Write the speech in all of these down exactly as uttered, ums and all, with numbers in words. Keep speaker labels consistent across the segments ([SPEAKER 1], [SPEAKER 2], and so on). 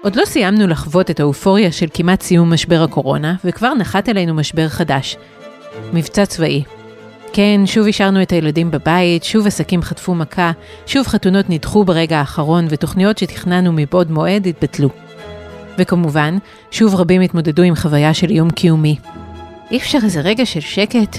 [SPEAKER 1] עוד לא סיימנו לחוות את האופוריה של כמעט סיום משבר הקורונה, וכבר נחת אלינו משבר חדש. מבצע צבאי. כן, שוב השארנו את הילדים בבית, שוב עסקים חטפו מכה, שוב חתונות נדחו ברגע האחרון, ותוכניות שתכננו מבעוד מועד התבטלו. וכמובן, שוב רבים התמודדו עם חוויה של איום קיומי. אי אפשר איזה רגע של שקט?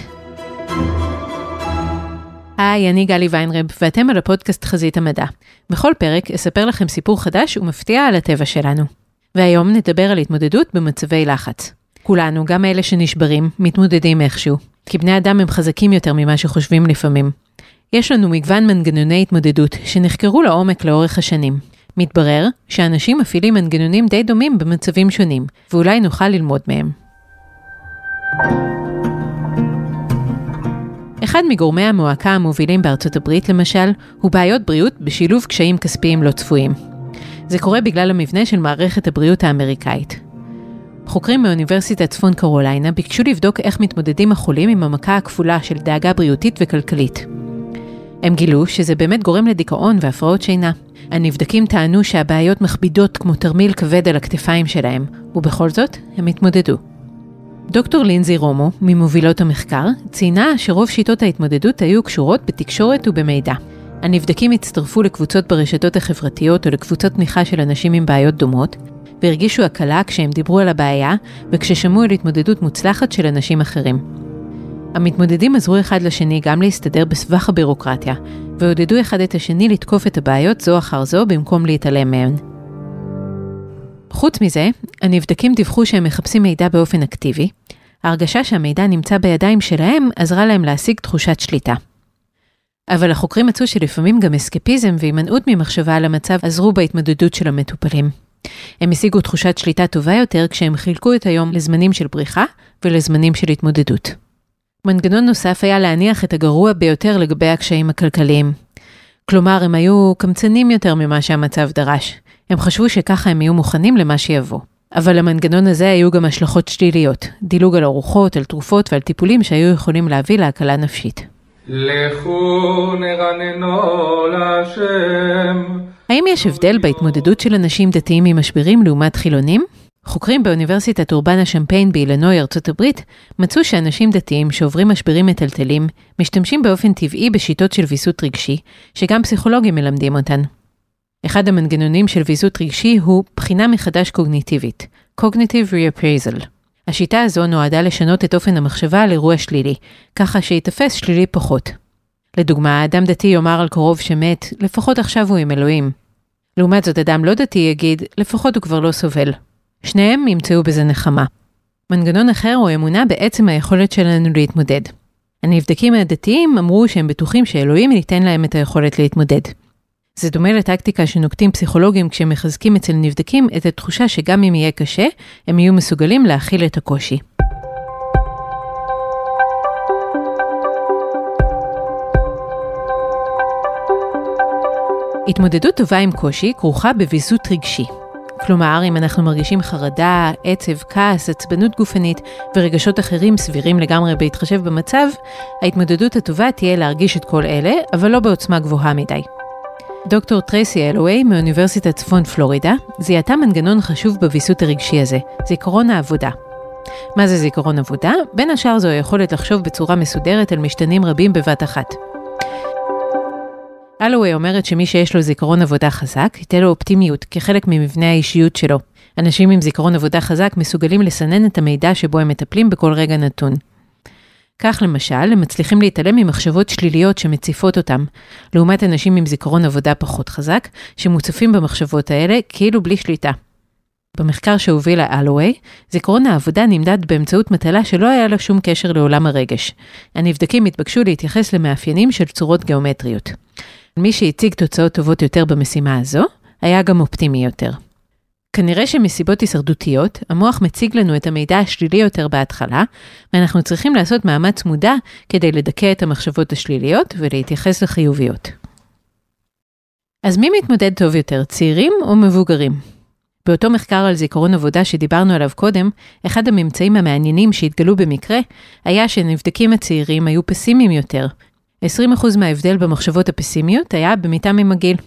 [SPEAKER 1] היי, אני גלי ויינרב, ואתם על הפודקאסט חזית המדע. בכל פרק אספר לכם סיפור חדש ומפתיע על הטבע שלנו. והיום נדבר על התמודדות במצבי לחץ. כולנו, גם אלה שנשברים, מתמודדים איכשהו, כי בני אדם הם חזקים יותר ממה שחושבים לפעמים. יש לנו מגוון מנגנוני התמודדות שנחקרו לעומק לאורך השנים. מתברר שאנשים מפעילים מנגנונים די דומים במצבים שונים, ואולי נוכל ללמוד מהם. אחד מגורמי המועקה המובילים בארצות הברית, למשל, הוא בעיות בריאות בשילוב קשיים כספיים לא צפויים. זה קורה בגלל המבנה של מערכת הבריאות האמריקאית. חוקרים מאוניברסיטת צפון קרוליינה ביקשו לבדוק איך מתמודדים החולים עם המכה הכפולה של דאגה בריאותית וכלכלית. הם גילו שזה באמת גורם לדיכאון והפרעות שינה. הנבדקים טענו שהבעיות מכבידות כמו תרמיל כבד על הכתפיים שלהם, ובכל זאת הם התמודדו. דוקטור לינזי רומו, ממובילות המחקר, ציינה שרוב שיטות ההתמודדות היו קשורות בתקשורת ובמידע. הנבדקים הצטרפו לקבוצות ברשתות החברתיות או לקבוצות תמיכה של אנשים עם בעיות דומות, והרגישו הקלה כשהם דיברו על הבעיה וכששמעו על התמודדות מוצלחת של אנשים אחרים. המתמודדים עזרו אחד לשני גם להסתדר בסבך הבירוקרטיה, ועודדו אחד את השני לתקוף את הבעיות זו אחר זו במקום להתעלם מהן. חוץ מזה, הנבדקים דיווחו שהם מחפשים מידע באופן אקטיבי. ההרגשה שהמידע נמצא בידיים שלהם עזרה להם להשיג תחושת שליטה. אבל החוקרים מצאו שלפעמים גם אסקפיזם והימנעות ממחשבה על המצב עזרו בהתמודדות של המטופלים. הם השיגו תחושת שליטה טובה יותר כשהם חילקו את היום לזמנים של בריחה ולזמנים של התמודדות. מנגנון נוסף היה להניח את הגרוע ביותר לגבי הקשיים הכלכליים. כלומר, הם היו קמצנים יותר ממה שהמצב דרש. הם חשבו שככה הם יהיו מוכנים למה שיבוא. אבל למנגנון הזה היו גם השלכות שליליות, דילוג על ארוחות, על תרופות ועל טיפולים שהיו יכולים להביא להקלה נפשית. לכו נרננו להשם. האם יש הבדל בהתמודדות של אנשים דתיים עם משברים לעומת חילונים? חוקרים באוניברסיטת אורבנה שמפיין באילינוי, ארצות הברית, מצאו שאנשים דתיים שעוברים משברים מטלטלים, משתמשים באופן טבעי בשיטות של ויסות רגשי, שגם פסיכולוגים מלמדים אותן. אחד המנגנונים של ויסות רגשי הוא בחינה מחדש קוגניטיבית, Cognitive Reappraisal. השיטה הזו נועדה לשנות את אופן המחשבה על אירוע שלילי, ככה שיתפס שלילי פחות. לדוגמה, אדם דתי יאמר על קרוב שמת, לפחות עכשיו הוא עם אלוהים. לעומת זאת, אדם לא דתי יגיד, לפחות הוא כבר לא סובל. שניהם ימצאו בזה נחמה. מנגנון אחר הוא אמונה בעצם היכולת שלנו להתמודד. הנבדקים הדתיים אמרו שהם בטוחים שאלוהים ייתן להם את היכולת להתמודד. זה דומה לטקטיקה שנוקטים פסיכולוגים כשהם מחזקים אצל נבדקים את התחושה שגם אם יהיה קשה, הם יהיו מסוגלים להכיל את הקושי. התמודדות טובה עם קושי כרוכה בוויסות רגשי. כלומר, אם אנחנו מרגישים חרדה, עצב, כעס, עצבנות גופנית ורגשות אחרים סבירים לגמרי בהתחשב במצב, ההתמודדות הטובה תהיה להרגיש את כל אלה, אבל לא בעוצמה גבוהה מדי. דוקטור טרייסי אלווי מאוניברסיטת צפון פלורידה זיהתה מנגנון חשוב בוויסות הרגשי הזה, זיכרון העבודה. מה זה זיכרון עבודה? בין השאר זו היכולת לחשוב בצורה מסודרת על משתנים רבים בבת אחת. אלווי אומרת שמי שיש לו זיכרון עבודה חזק, ייתן לו אופטימיות כחלק ממבנה האישיות שלו. אנשים עם זיכרון עבודה חזק מסוגלים לסנן את המידע שבו הם מטפלים בכל רגע נתון. כך למשל, הם מצליחים להתעלם ממחשבות שליליות שמציפות אותם, לעומת אנשים עם זיכרון עבודה פחות חזק, שמוצפים במחשבות האלה כאילו בלי שליטה. במחקר שהובילה אלווי, זיכרון העבודה נמדד באמצעות מטלה שלא היה לה שום קשר לעולם הרגש. הנבדקים התבקשו להתייחס למאפיינים של צורות גיאומטריות. מי שהציג תוצאות טובות יותר במשימה הזו, היה גם אופטימי יותר. כנראה שמסיבות הישרדותיות, המוח מציג לנו את המידע השלילי יותר בהתחלה, ואנחנו צריכים לעשות מאמץ מודע כדי לדכא את המחשבות השליליות ולהתייחס לחיוביות. אז מי מתמודד טוב יותר, צעירים או מבוגרים? באותו מחקר על זיכרון עבודה שדיברנו עליו קודם, אחד הממצאים המעניינים שהתגלו במקרה, היה שנבדקים הצעירים היו פסימיים יותר. עשרים אחוז מההבדל במחשבות הפסימיות היה במיתם עם הגיל.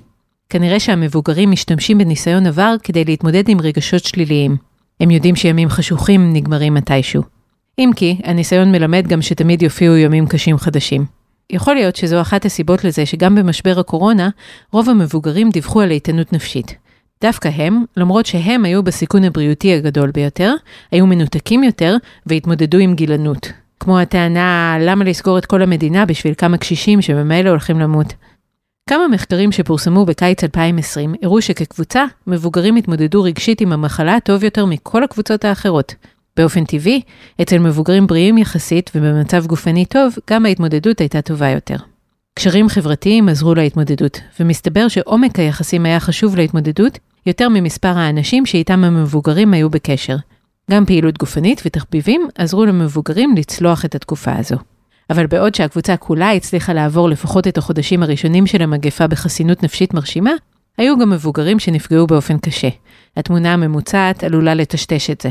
[SPEAKER 1] כנראה שהמבוגרים משתמשים בניסיון עבר כדי להתמודד עם רגשות שליליים. הם יודעים שימים חשוכים נגמרים מתישהו. אם כי, הניסיון מלמד גם שתמיד יופיעו ימים קשים חדשים. יכול להיות שזו אחת הסיבות לזה שגם במשבר הקורונה, רוב המבוגרים דיווחו על איתנות נפשית. דווקא הם, למרות שהם היו בסיכון הבריאותי הגדול ביותר, היו מנותקים יותר והתמודדו עם גילנות. כמו הטענה, למה לסגור את כל המדינה בשביל כמה קשישים שבמילא הולכים למות. כמה מחקרים שפורסמו בקיץ אלפיים ועשרים הראו שכקבוצה, מבוגרים התמודדו רגשית עם המחלה טוב יותר מכל הקבוצות האחרות. באופן טבעי, אצל מבוגרים בריאים יחסית ובמצב גופני טוב, גם ההתמודדות הייתה טובה יותר. קשרים חברתיים עזרו להתמודדות, ומסתבר שעומק היחסים היה חשוב להתמודדות, יותר ממספר האנשים שאיתם המבוגרים היו בקשר. גם פעילות גופנית ותחביבים עזרו למבוגרים לצלוח את התקופה הזו. אבל בעוד שהקבוצה כולה הצליחה לעבור לפחות את החודשים הראשונים של המגפה בחסינות נפשית מרשימה, היו גם מבוגרים שנפגעו באופן קשה. התמונה הממוצעת עלולה לטשטש את זה.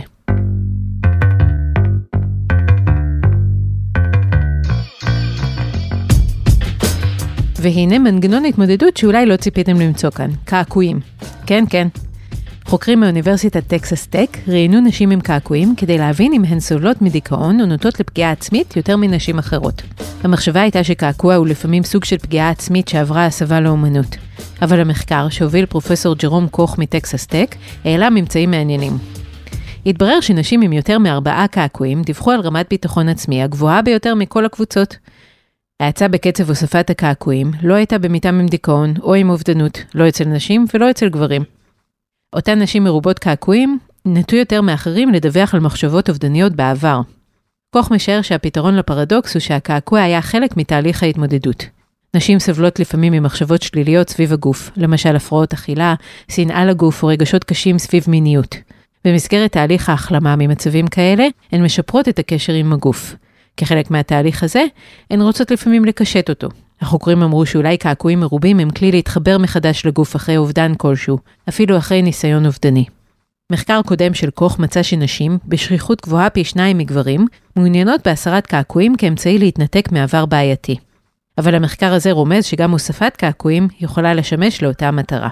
[SPEAKER 1] והנה מנגנון התמודדות שאולי לא ציפיתם למצוא כאן, קעקועים. כן, כן. חוקרים מאוניברסיטת טקסס טק ראיינו נשים עם קעקועים כדי להבין אם הן סובלות מדיכאון או נוטות לפגיעה עצמית יותר מנשים אחרות. המחשבה הייתה שקעקוע הוא לפעמים סוג של פגיעה עצמית שעברה הסבה לאומנות. אבל המחקר שהוביל פרופסור ג'רום קוך מטקסס טק העלה ממצאים מעניינים. התברר שנשים עם יותר מארבעה קעקועים דיווחו על רמת ביטחון עצמי הגבוהה ביותר מכל הקבוצות. ההאצה בקצב הוספת הקעקועים לא הייתה במיתם עם דיכאון או עם אובדנות, לא אצל נשים ולא אצל גברים. אותן נשים מרובות קעקועים נטו יותר מאחרים לדווח על מחשבות אובדניות בעבר. כוח משער שהפתרון לפרדוקס הוא שהקעקוע היה חלק מתהליך ההתמודדות. נשים סבלות לפעמים ממחשבות שליליות סביב הגוף, למשל הפרעות אכילה, שנאה לגוף או רגשות קשים סביב מיניות. במסגרת תהליך ההחלמה ממצבים כאלה, הן משפרות את הקשר עם הגוף. כחלק מהתהליך הזה, הן רוצות לפעמים לקשט אותו. החוקרים אמרו שאולי קעקועים מרובים הם כלי להתחבר מחדש לגוף אחרי אובדן כלשהו, אפילו אחרי ניסיון אובדני. מחקר קודם של כוח מצא שנשים, בשכיחות גבוהה פי שניים מגברים, מעוניינות בהסרת קעקועים כאמצעי להתנתק מעבר בעייתי. אבל המחקר הזה רומז שגם הוספת קעקועים יכולה לשמש לאותה מטרה.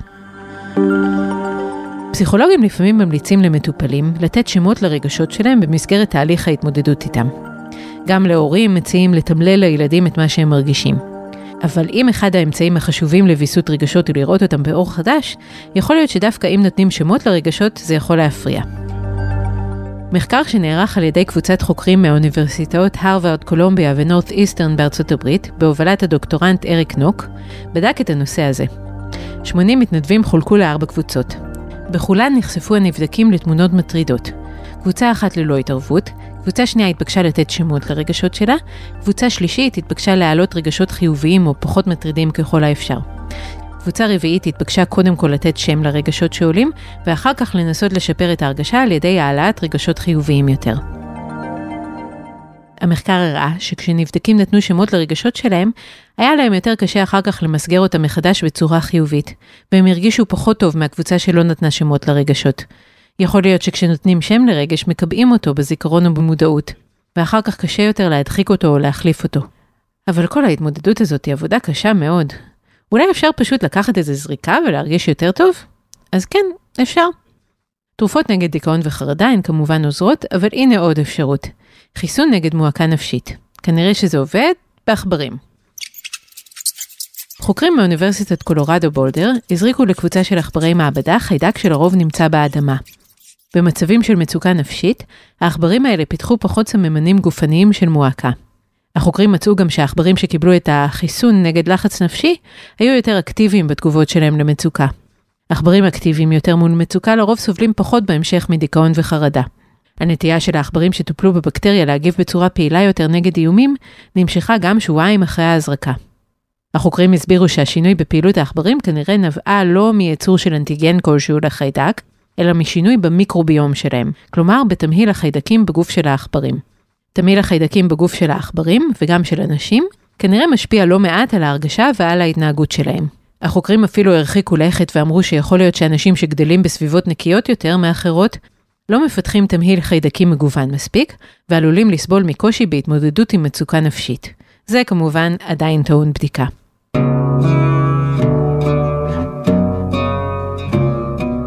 [SPEAKER 1] פסיכולוגים לפעמים ממליצים למטופלים לתת שמות לרגשות שלהם במסגרת תהליך ההתמודדות איתם. גם להורים מציעים לתמלל לילדים את מה שהם מרגישים. אבל אם אחד האמצעים החשובים לביסות רגשות ולראות אותם באור חדש, יכול להיות שדווקא אם נותנים שמות לרגשות, זה יכול להפריע. מחקר שנערך על ידי קבוצת חוקרים מהאוניברסיטאות הרווארד, קולומביה ונורת' איסטרן בארצות הברית, בהובלת הדוקטורנט אריק נוק, בדק את הנושא הזה. שמונים מתנדבים חולקו לארבע קבוצות. בכולן נחשפו הנבדקים לתמונות מטרידות. קבוצה אחת ללא התערבות, קבוצה שנייה התבקשה לתת שמות לרגשות שלה, קבוצה שלישית התבקשה להעלות רגשות חיוביים או פחות מטרידים ככל האפשר. קבוצה רביעית התבקשה קודם כל לתת שם לרגשות שעולים, ואחר כך לנסות לשפר את ההרגשה על ידי העלאת רגשות חיוביים יותר. המחקר הראה שכשנבדקים נתנו שמות לרגשות שלהם, היה להם יותר קשה אחר כך למסגר אותם מחדש בצורה חיובית, והם הרגישו פחות טוב מהקבוצה שלא נתנה שמות לרגשות. יכול להיות שכשנותנים שם לרגש מקבעים אותו בזיכרון או במודעות, ואחר כך קשה יותר להדחיק אותו או להחליף אותו. אבל כל ההתמודדות הזאת היא עבודה קשה מאוד. אולי אפשר פשוט לקחת איזה זריקה ולהרגיש יותר טוב? אז כן, אפשר. תרופות נגד דיכאון וחרדה הן כמובן עוזרות, אבל הנה עוד אפשרות. חיסון נגד מועקה נפשית. כנראה שזה עובד בעכברים. חוקרים מאוניברסיטת קולורדו בולדר הזריקו לקבוצה של עכברי מעבדה חיידק שלרוב נמצא באדמה. במצבים של מצוקה נפשית, העכברים האלה פיתחו פחות סממנים גופניים של מועקה. החוקרים מצאו גם שהעכברים שקיבלו את החיסון נגד לחץ נפשי, היו יותר אקטיביים בתגובות שלהם למצוקה. עכברים אקטיביים יותר מול מצוקה לרוב סובלים פחות בהמשך מדיכאון וחרדה. הנטייה של העכברים שטופלו בבקטריה להגיב בצורה פעילה יותר נגד איומים, נמשכה גם שבועיים אחרי ההזרקה. החוקרים הסבירו שהשינוי בפעילות העכברים כנראה נבעה לא מייצור של אנטיגן כלשהו לחיידק, אלא משינוי במיקרוביום שלהם, כלומר בתמהיל החיידקים בגוף של העכברים. תמהיל החיידקים בגוף של העכברים וגם של אנשים, כנראה משפיע לא מעט על ההרגשה ועל ההתנהגות שלהם. החוקרים אפילו הרחיקו לכת ואמרו שיכול להיות שאנשים שגדלים בסביבות נקיות יותר מאחרות, לא מפתחים תמהיל חיידקים מגוון מספיק, ועלולים לסבול מקושי בהתמודדות עם מצוקה נפשית. זה כמובן עדיין טעון בדיקה.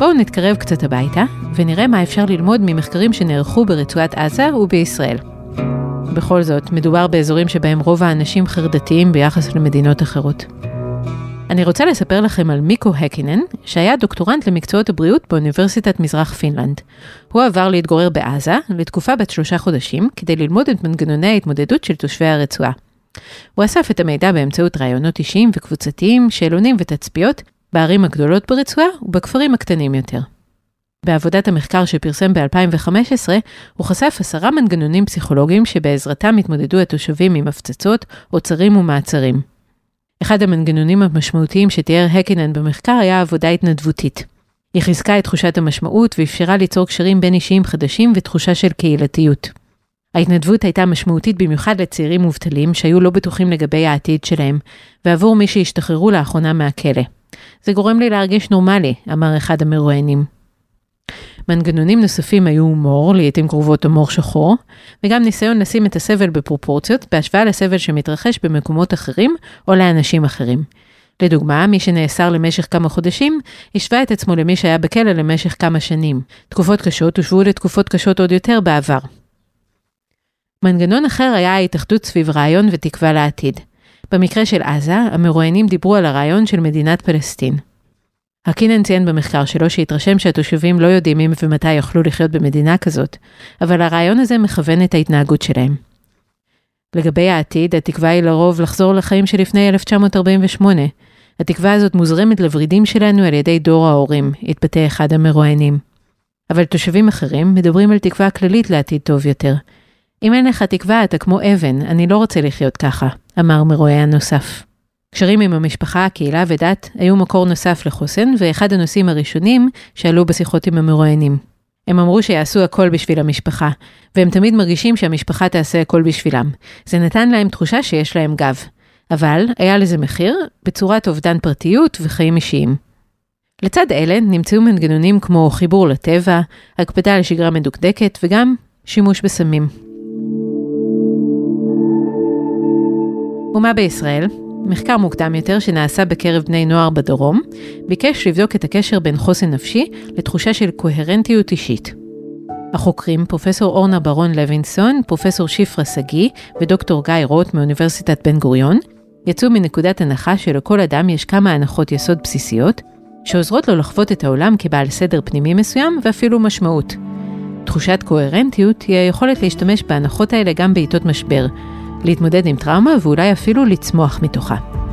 [SPEAKER 1] בואו נתקרב קצת הביתה, ונראה מה אפשר ללמוד ממחקרים שנערכו ברצועת עזה ובישראל. בכל זאת, מדובר באזורים שבהם רוב האנשים חרדתיים ביחס למדינות אחרות. אני רוצה לספר לכם על מיקו הקינן, שהיה דוקטורנט למקצועות הבריאות באוניברסיטת מזרח פינלנד. הוא עבר להתגורר בעזה לתקופה בת שלושה חודשים, כדי ללמוד את מנגנוני ההתמודדות של תושבי הרצועה. הוא אסף את המידע באמצעות רעיונות אישיים וקבוצתיים, שאלונים ותצפיות, בערים הגדולות ברצועה ובכפרים הקטנים יותר. בעבודת המחקר שפרסם ב-אלפיים וחמש עשרה, הוא חשף עשרה מנגנונים פסיכולוגיים שבעזרתם התמודדו התושבים עם הפצצות, עוצרים ומעצרים. אחד המנגנונים המשמעותיים שתיאר הקינן במחקר היה עבודה התנדבותית. היא חיזקה את תחושת המשמעות ואפשרה ליצור קשרים בין אישיים חדשים ותחושה של קהילתיות. ההתנדבות הייתה משמעותית במיוחד לצעירים מובטלים שהיו לא בטוחים לגבי העתיד שלהם, ועבור מי שהשתחררו לאחרונה מהכלא. זה גורם לי להרגיש נורמלי, אמר אחד המרואיינים. מנגנונים נוספים היו הומור, לעתים קרובות הומור שחור, וגם ניסיון לשים את הסבל בפרופורציות, בהשוואה לסבל שמתרחש במקומות אחרים או לאנשים אחרים. לדוגמה, מי שנאסר למשך כמה חודשים, השווה את עצמו למי שהיה בכלא למשך כמה שנים. תקופות קשות הושוו לתקופות קשות עוד יותר בעבר. מנגנון אחר היה ההתאחדות סביב רעיון ותקווה לעתיד. במקרה של עזה, המרואיינים דיברו על הרעיון של מדינת פלסטין. הקינן ציין במחקר שלו שהתרשם שהתושבים לא יודעים אם ומתי יוכלו לחיות במדינה כזאת, אבל הרעיון הזה מכוון את ההתנהגות שלהם. לגבי העתיד, התקווה היא לרוב לחזור לחיים שלפני אלף תשע מאות ארבעים ושמונה. התקווה הזאת מוזרמת לורידים שלנו על ידי דור ההורים, התבטא אחד המרואיינים. אבל תושבים אחרים מדברים על תקווה כללית לעתיד טוב יותר. אם אין לך תקווה, אתה כמו אבן, אני לא רוצה לחיות ככה, אמר מרואיין נוסף. קשרים עם המשפחה, הקהילה ודת היו מקור נוסף לחוסן, ואחד הנושאים הראשונים שעלו בשיחות עם המרואיינים. הם אמרו שיעשו הכל בשביל המשפחה, והם תמיד מרגישים שהמשפחה תעשה הכל בשבילם. זה נתן להם תחושה שיש להם גב. אבל היה לזה מחיר בצורת אובדן פרטיות וחיים אישיים. לצד אלה נמצאו מנגנונים כמו חיבור לטבע, הקפדה על שגרה מדוקדקת וגם שימוש בסמים. ומה בישראל? מחקר מוקדם יותר שנעשה בקרב בני נוער בדרום, ביקש לבדוק את הקשר בין חוסן נפשי לתחושה של קוהרנטיות אישית. החוקרים, פרופסור אורנה ברון לוינסון, פרופסור שפרה סגי ודוקטור גיא רוט מאוניברסיטת בן גוריון, יצאו מנקודת הנחה שלכל אדם יש כמה הנחות יסוד בסיסיות, שעוזרות לו לחוות את העולם כבעל סדר פנימי מסוים ואפילו משמעות. תחושת קוהרנטיות היא היכולת להשתמש בהנחות האלה גם בעיתות משבר, להתמודד עם טראומה ואולי אפילו לצמוח מתוכה.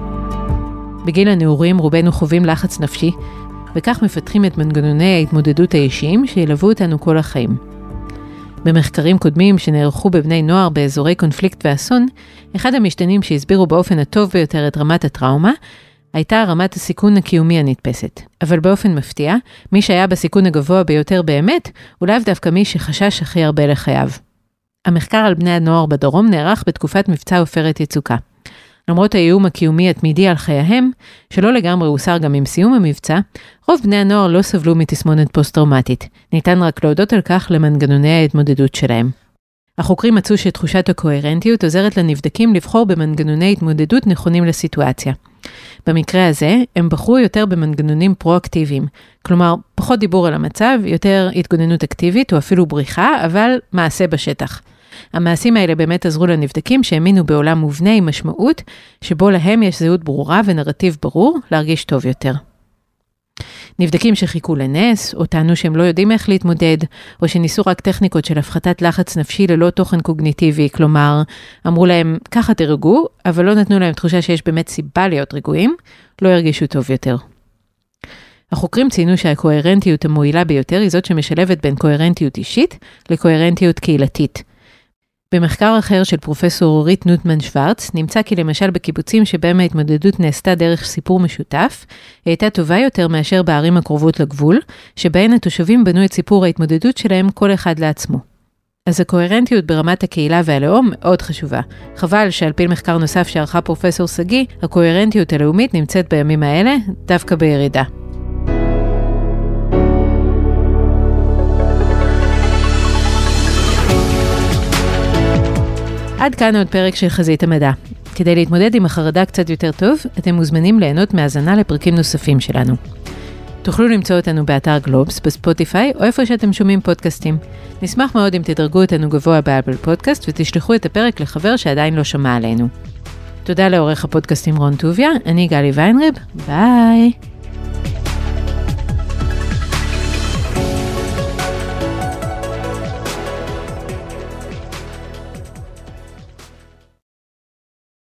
[SPEAKER 1] בגיל הנעורים רובנו חווים לחץ נפשי, וכך מפתחים את מנגנוני ההתמודדות האישיים שילוו אותנו כל החיים. במחקרים קודמים שנערכו בבני נוער באזורי קונפליקט ואסון, אחד המשתנים שהסבירו באופן הטוב ביותר את רמת הטראומה, הייתה רמת הסיכון הקיומי הנתפסת. אבל באופן מפתיע, מי שהיה בסיכון הגבוה ביותר באמת, הוא לאו דווקא מי שחשש הכי הרבה לחייו. המחקר על בני הנוער בדרום נערך בתקופת מבצע עופרת יצוקה. למרות האיום הקיומי התמידי על חייהם, שלא לגמרי הוסר גם עם סיום המבצע, רוב בני הנוער לא סבלו מתסמונת פוסט-טראומטית. ניתן רק להודות על כך למנגנוני ההתמודדות שלהם. החוקרים מצאו שתחושת הקוהרנטיות עוזרת לנבדקים לבחור במנגנוני התמודדות נכונים לסיטואציה. במקרה הזה, הם בחרו יותר במנגנונים פרואקטיביים, כלומר, פחות דיבור על המצב, יותר התגוננות אקטיבית או אפילו בריחה, אבל מעשה בשטח. המעשים האלה באמת עזרו לנבדקים שהאמינו בעולם מובנה עם משמעות, שבו להם יש זהות ברורה ונרטיב ברור להרגיש טוב יותר. נבדקים שחיכו לנס, או טענו שהם לא יודעים איך להתמודד, או שניסו רק טכניקות של הפחתת לחץ נפשי ללא תוכן קוגניטיבי, כלומר, אמרו להם, ככה תרגעו, אבל לא נתנו להם תחושה שיש באמת סיבה להיות רגועים, לא הרגישו טוב יותר. החוקרים ציינו שהקוהרנטיות המועילה ביותר היא זאת שמשלבת בין קוהרנטיות אישית לקוהרנטיות קהילתית. במחקר אחר של פרופסור אורית נוטמן שוורץ, נמצא כי למשל בקיבוצים שבהם ההתמודדות נעשתה דרך סיפור משותף, היא הייתה טובה יותר מאשר בערים הקרובות לגבול, שבהן התושבים בנו את סיפור ההתמודדות שלהם כל אחד לעצמו. אז הקוהרנטיות ברמת הקהילה והלאום מאוד חשובה. חבל שעל פי מחקר נוסף שערכה פרופסור סגי, הקוהרנטיות הלאומית נמצאת בימים האלה דווקא בירידה. עד כאן עוד פרק של חזית המדע. כדי להתמודד עם החרדה קצת יותר טוב, אתם מוזמנים ליהנות מהאזנה לפרקים נוספים שלנו. תוכלו למצוא אותנו באתר גלובס, בספוטיפיי, או איפה שאתם שומעים פודקאסטים. נשמח מאוד אם תדרגו אותנו גבוה באפל פודקאסט, ותשלחו את הפרק לחבר שעדיין לא שמע עלינו. תודה לעורך הפודקאסטים רון טוביה, אני גלי ויינרב, ביי!